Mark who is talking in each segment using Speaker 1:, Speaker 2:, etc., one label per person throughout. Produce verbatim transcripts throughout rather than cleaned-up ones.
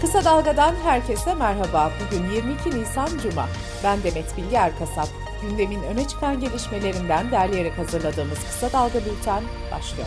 Speaker 1: Kısa Dalga'dan herkese merhaba. Bugün yirmi iki Nisan Cuma. Ben Demet Bilge Erkasap. Gündemin öne çıkan gelişmelerinden derleyerek hazırladığımız Kısa Dalga Bülten başlıyor.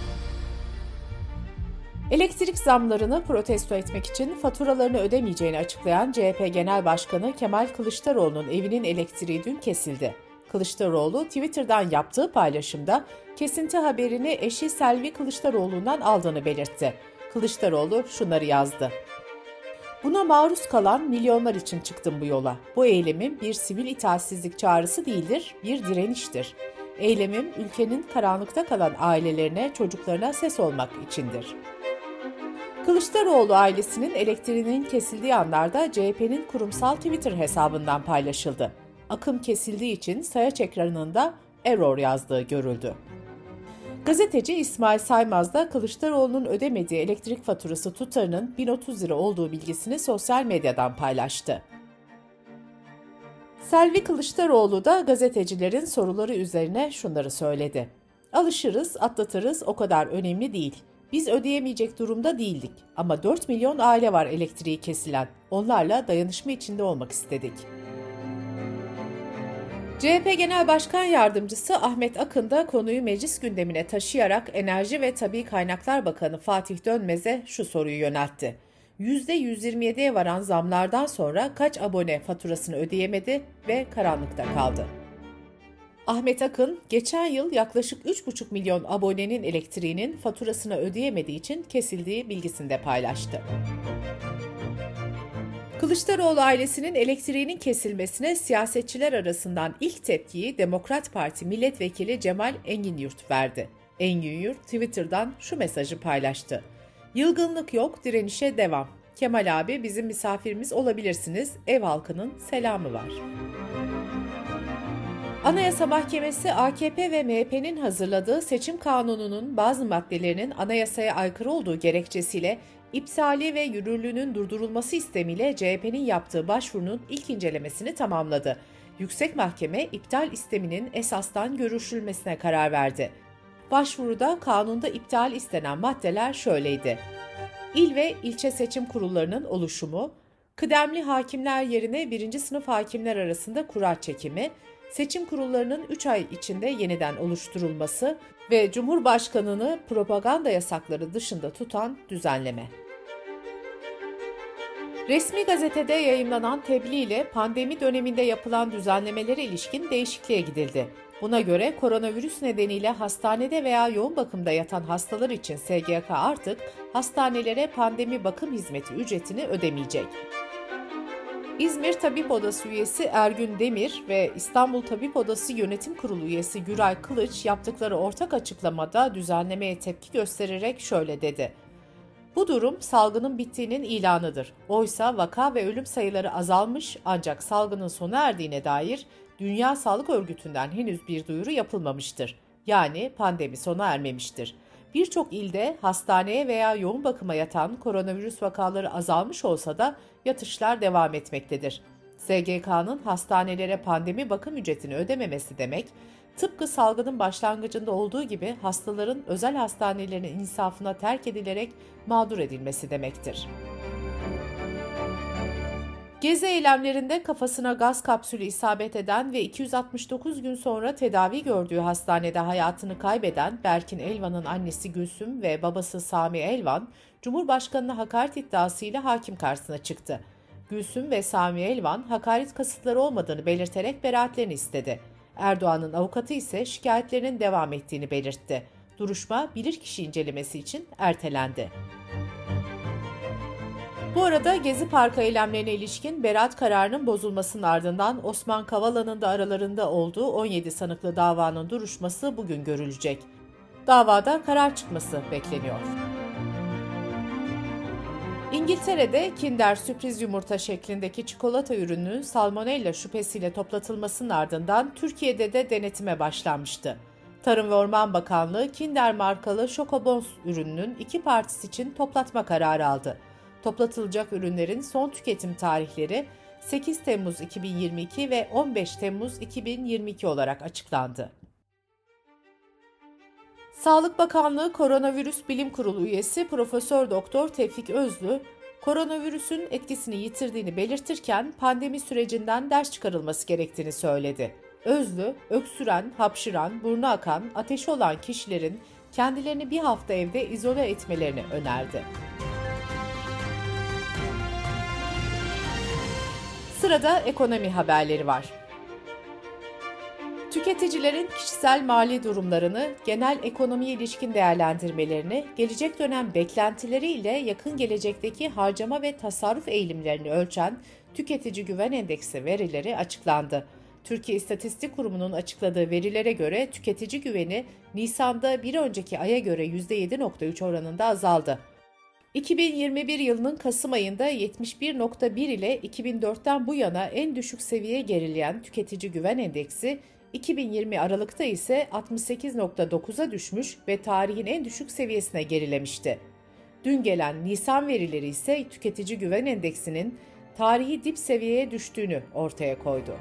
Speaker 1: Elektrik zamlarını protesto etmek için faturalarını ödemeyeceğini açıklayan C H P Genel Başkanı Kemal Kılıçdaroğlu'nun evinin elektriği dün kesildi. Kılıçdaroğlu Twitter'dan yaptığı paylaşımda kesinti haberini eşi Selvi Kılıçdaroğlu'ndan aldığını belirtti. Kılıçdaroğlu şunları yazdı. Buna maruz kalan milyonlar için çıktım bu yola. Bu eylemim bir sivil itaatsizlik çağrısı değildir, bir direniştir. Eylemim ülkenin karanlıkta kalan ailelerine, çocuklarına ses olmak içindir. Kılıçdaroğlu ailesinin elektriğinin kesildiği anlarda C H P'nin kurumsal Twitter hesabından paylaşıldı. Akım kesildiği için sayaç ekranında error yazdığı görüldü. Gazeteci İsmail Saymaz da Kılıçdaroğlu'nun ödemediği elektrik faturası tutarının bin otuz lira olduğu bilgisini sosyal medyadan paylaştı. Selvi Kılıçdaroğlu da gazetecilerin soruları üzerine şunları söyledi. Alışırız, atlatırız, o kadar önemli değil. Biz ödeyemeyecek durumda değildik ama dört milyon aile var elektriği kesilen. Onlarla dayanışma içinde olmak istedik. C H P Genel Başkan Yardımcısı Ahmet Akın da konuyu meclis gündemine taşıyarak Enerji ve Tabii Kaynaklar Bakanı Fatih Dönmez'e şu soruyu yöneltti. yüzde yüz yirmi yediye varan zamlardan sonra kaç abone faturasını ödeyemedi ve karanlıkta kaldı? Ahmet Akın, geçen yıl yaklaşık üç buçuk milyon abonenin elektriğinin faturasını ödeyemediği için kesildiği bilgisini de paylaştı. Kılıçdaroğlu ailesinin elektriğinin kesilmesine siyasetçiler arasından ilk tepkiyi Demokrat Parti Milletvekili Cemal Enginyurt verdi. Enginyurt Twitter'dan şu mesajı paylaştı. Yılgınlık yok, direnişe devam. Kemal abi bizim misafirimiz olabilirsiniz, ev halkının selamı var. Anayasa Mahkemesi A K P ve M H P'nin hazırladığı seçim kanununun bazı maddelerinin anayasaya aykırı olduğu gerekçesiyle iptali ve yürürlüğünün durdurulması istemiyle C H P'nin yaptığı başvurunun ilk incelemesini tamamladı. Yüksek Mahkeme iptal isteminin esastan görüşülmesine karar verdi. Başvuruda kanunda iptal istenen maddeler şöyleydi. İl ve ilçe seçim kurullarının oluşumu, kıdemli hakimler yerine birinci sınıf hakimler arasında kura çekimi, seçim kurullarının üç ay içinde yeniden oluşturulması ve Cumhurbaşkanı'nı propaganda yasakları dışında tutan düzenleme. Resmi gazetede yayımlanan tebliğ ile pandemi döneminde yapılan düzenlemelere ilişkin değişikliğe gidildi. Buna göre koronavirüs nedeniyle hastanede veya yoğun bakımda yatan hastalar için S G K artık hastanelere pandemi bakım hizmeti ücretini ödemeyecek. İzmir Tabip Odası üyesi Ergün Demir ve İstanbul Tabip Odası Yönetim Kurulu üyesi Güray Kılıç yaptıkları ortak açıklamada düzenlemeye tepki göstererek şöyle dedi. Bu durum salgının bittiğinin ilanıdır. Oysa vaka ve ölüm sayıları azalmış ancak salgının sona erdiğine dair Dünya Sağlık Örgütü'nden henüz bir duyuru yapılmamıştır. Yani pandemi sona ermemiştir. Birçok ilde hastaneye veya yoğun bakıma yatan koronavirüs vakaları azalmış olsa da yatışlar devam etmektedir. S G K'nın hastanelere pandemi bakım ücretini ödememesi demek, tıpkı salgının başlangıcında olduğu gibi hastaların özel hastanelerinin insafına terk edilerek mağdur edilmesi demektir. Gezi eylemlerinde kafasına gaz kapsülü isabet eden ve iki yüz altmış dokuz gün sonra tedavi gördüğü hastanede hayatını kaybeden Berkin Elvan'ın annesi Gülsüm ve babası Sami Elvan, Cumhurbaşkanı'na hakaret iddiasıyla hakim karşısına çıktı. Gülsüm ve Sami Elvan, hakaret kasıtları olmadığını belirterek beraatlerini istedi. Erdoğan'ın avukatı ise şikayetlerinin devam ettiğini belirtti. Duruşma bilirkişi incelemesi için ertelendi. Bu arada Gezi Parkı eylemlerine ilişkin beraat kararının bozulmasının ardından Osman Kavala'nın da aralarında olduğu on yedi sanıklı davanın duruşması bugün görülecek. Davada karar çıkması bekleniyor. İngiltere'de Kinder sürpriz yumurta şeklindeki çikolata ürününün salmonella şüphesiyle toplatılmasının ardından Türkiye'de de denetime başlanmıştı. Tarım ve Orman Bakanlığı Kinder markalı Şokobons ürününün iki partisi için toplatma kararı aldı. Toplatılacak ürünlerin son tüketim tarihleri sekiz Temmuz iki bin yirmi iki ve on beş Temmuz iki bin yirmi iki olarak açıklandı. Sağlık Bakanlığı Koronavirüs Bilim Kurulu üyesi Profesör Doktor Tevfik Özlü, koronavirüsün etkisini yitirdiğini belirtirken pandemi sürecinden ders çıkarılması gerektiğini söyledi. Özlü, öksüren, hapşıran, burnu akan, ateşi olan kişilerin kendilerini bir hafta evde izole etmelerini önerdi. Sırada ekonomi haberleri var. Tüketicilerin kişisel mali durumlarını, genel ekonomiye ilişkin değerlendirmelerini, gelecek dönem beklentileri ile yakın gelecekteki harcama ve tasarruf eğilimlerini ölçen Tüketici Güven Endeksi verileri açıklandı. Türkiye İstatistik Kurumu'nun açıkladığı verilere göre tüketici güveni Nisan'da bir önceki aya göre yüzde yedi virgül üç oranında azaldı. iki bin yirmi bir yılının Kasım ayında yetmiş bir virgül bir ile iki bin dörtten bu yana en düşük seviyeye gerileyen Tüketici Güven Endeksi, iki bin yirmi Aralık'ta ise altmış sekiz virgül dokuza düşmüş ve tarihin en düşük seviyesine gerilemişti. Dün gelen Nisan verileri ise Tüketici Güven Endeksinin tarihi dip seviyeye düştüğünü ortaya koydu.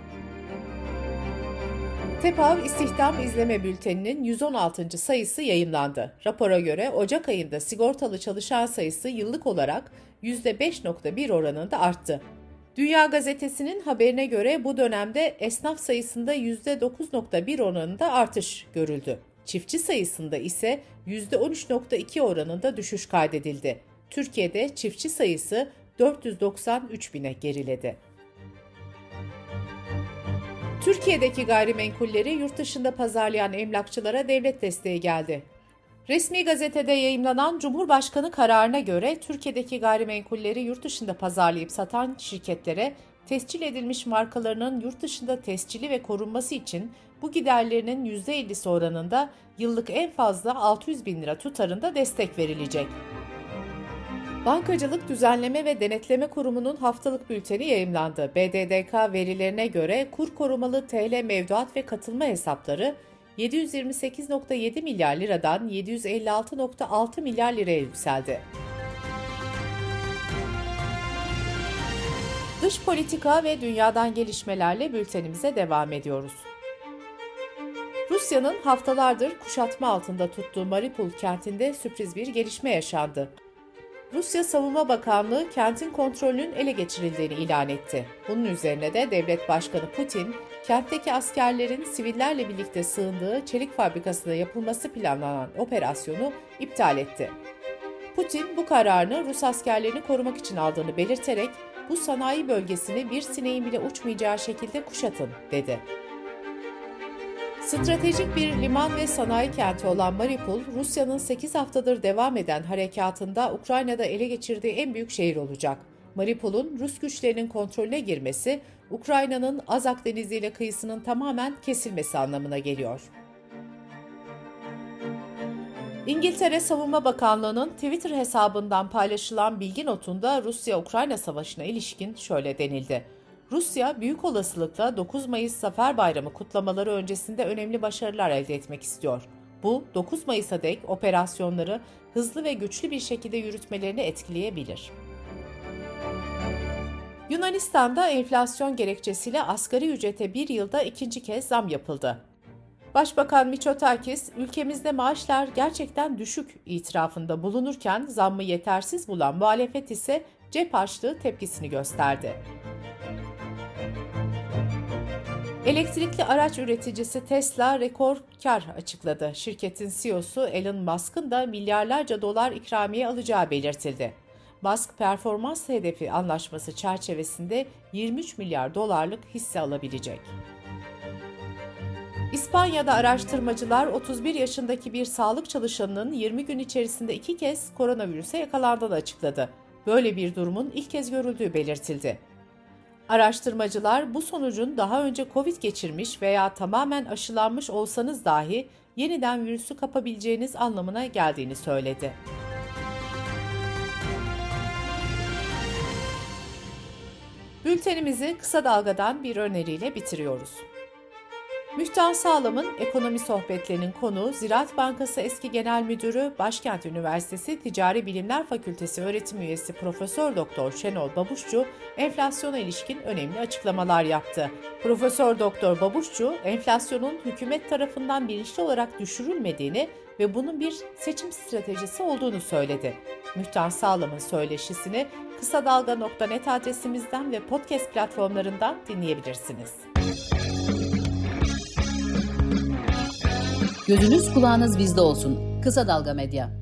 Speaker 1: TEPAV İstihdam İzleme Bülteni'nin yüz on altıncı sayısı yayımlandı. Rapora göre Ocak ayında sigortalı çalışan sayısı yıllık olarak yüzde beş virgül bir oranında arttı. Dünya Gazetesi'nin haberine göre bu dönemde esnaf sayısında yüzde dokuz virgül bir oranında artış görüldü. Çiftçi sayısında ise yüzde on üç virgül iki oranında düşüş kaydedildi. Türkiye'de çiftçi sayısı dört yüz doksan üç bine geriledi. Türkiye'deki gayrimenkulleri yurt dışında pazarlayan emlakçılara devlet desteği geldi. Resmi gazetede yayımlanan Cumhurbaşkanı kararına göre Türkiye'deki gayrimenkulleri yurt dışında pazarlayıp satan şirketlere tescil edilmiş markalarının yurt dışında tescili ve korunması için bu giderlerinin yüzde ellisi oranında yıllık en fazla altı yüz bin lira tutarında destek verilecek. Bankacılık Düzenleme ve Denetleme Kurumu'nun haftalık bülteni yayımlandı. B D D K verilerine göre kur korumalı T L mevduat ve katılma hesapları yedi yüz yirmi sekiz virgül yedi milyar liradan yedi yüz elli altı virgül altı milyar liraya yükseldi. Dış politika ve dünyadan gelişmelerle bültenimize devam ediyoruz. Rusya'nın haftalardır kuşatma altında tuttuğu Mariupol kentinde sürpriz bir gelişme yaşandı. Rusya Savunma Bakanlığı kentin kontrolünün ele geçirildiğini ilan etti. Bunun üzerine de Devlet Başkanı Putin, kentteki askerlerin sivillerle birlikte sığındığı çelik fabrikasında yapılması planlanan operasyonu iptal etti. Putin bu kararını Rus askerlerini korumak için aldığını belirterek, bu sanayi bölgesini bir sineğin bile uçmayacağı şekilde kuşatın, dedi. Stratejik bir liman ve sanayi kenti olan Mariupol, Rusya'nın sekiz haftadır devam eden harekatında Ukrayna'da ele geçirdiği en büyük şehir olacak. Mariupol'un Rus güçlerinin kontrolüne girmesi, Ukrayna'nın Azak Denizi ile kıyısının tamamen kesilmesi anlamına geliyor. İngiltere Savunma Bakanlığı'nın Twitter hesabından paylaşılan bilgi notunda Rusya-Ukrayna Savaşı'na ilişkin şöyle denildi. Rusya, büyük olasılıkla dokuz Mayıs Zafer Bayramı kutlamaları öncesinde önemli başarılar elde etmek istiyor. Bu, dokuz Mayıs'a dek operasyonları hızlı ve güçlü bir şekilde yürütmelerini etkileyebilir. Yunanistan'da enflasyon gerekçesiyle asgari ücrete bir yılda ikinci kez zam yapıldı. Başbakan Mitsotakis, ülkemizde maaşlar gerçekten düşük itirafında bulunurken zammı yetersiz bulan muhalefet ise cep harçlığı tepkisini gösterdi. Elektrikli araç üreticisi Tesla rekor kar açıkladı. Şirketin C E O'su Elon Musk'ın da milyarlarca dolar ikramiye alacağı belirtildi. Musk, performans hedefi anlaşması çerçevesinde yirmi üç milyar dolarlık hisse alabilecek. İspanya'da araştırmacılar otuz bir yaşındaki bir sağlık çalışanının yirmi gün içerisinde iki kez koronavirüse yakalandığını açıkladı. Böyle bir durumun ilk kez görüldüğü belirtildi. Araştırmacılar bu sonucun daha önce Covid geçirmiş veya tamamen aşılanmış olsanız dahi yeniden virüsü kapabileceğiniz anlamına geldiğini söyledi. Bültenimizi kısa dalgadan bir öneriyle bitiriyoruz. Müftah Sağlam'ın ekonomi sohbetlerinin konuğu Ziraat Bankası eski Genel Müdürü, Başkent Üniversitesi Ticari Bilimler Fakültesi öğretim üyesi Profesör Doktor Şenol Babuşçu, enflasyona ilişkin önemli açıklamalar yaptı. Profesör Doktor Babuşçu, enflasyonun hükümet tarafından bilinçli olarak düşürülmediğini ve bunun bir seçim stratejisi olduğunu söyledi. Mühtan Sağlam'ın söyleşisini kısa dalga nokta net adresimizden ve podcast platformlarından dinleyebilirsiniz.
Speaker 2: Gözünüz kulağınız bizde olsun. Kısa Dalga Medya.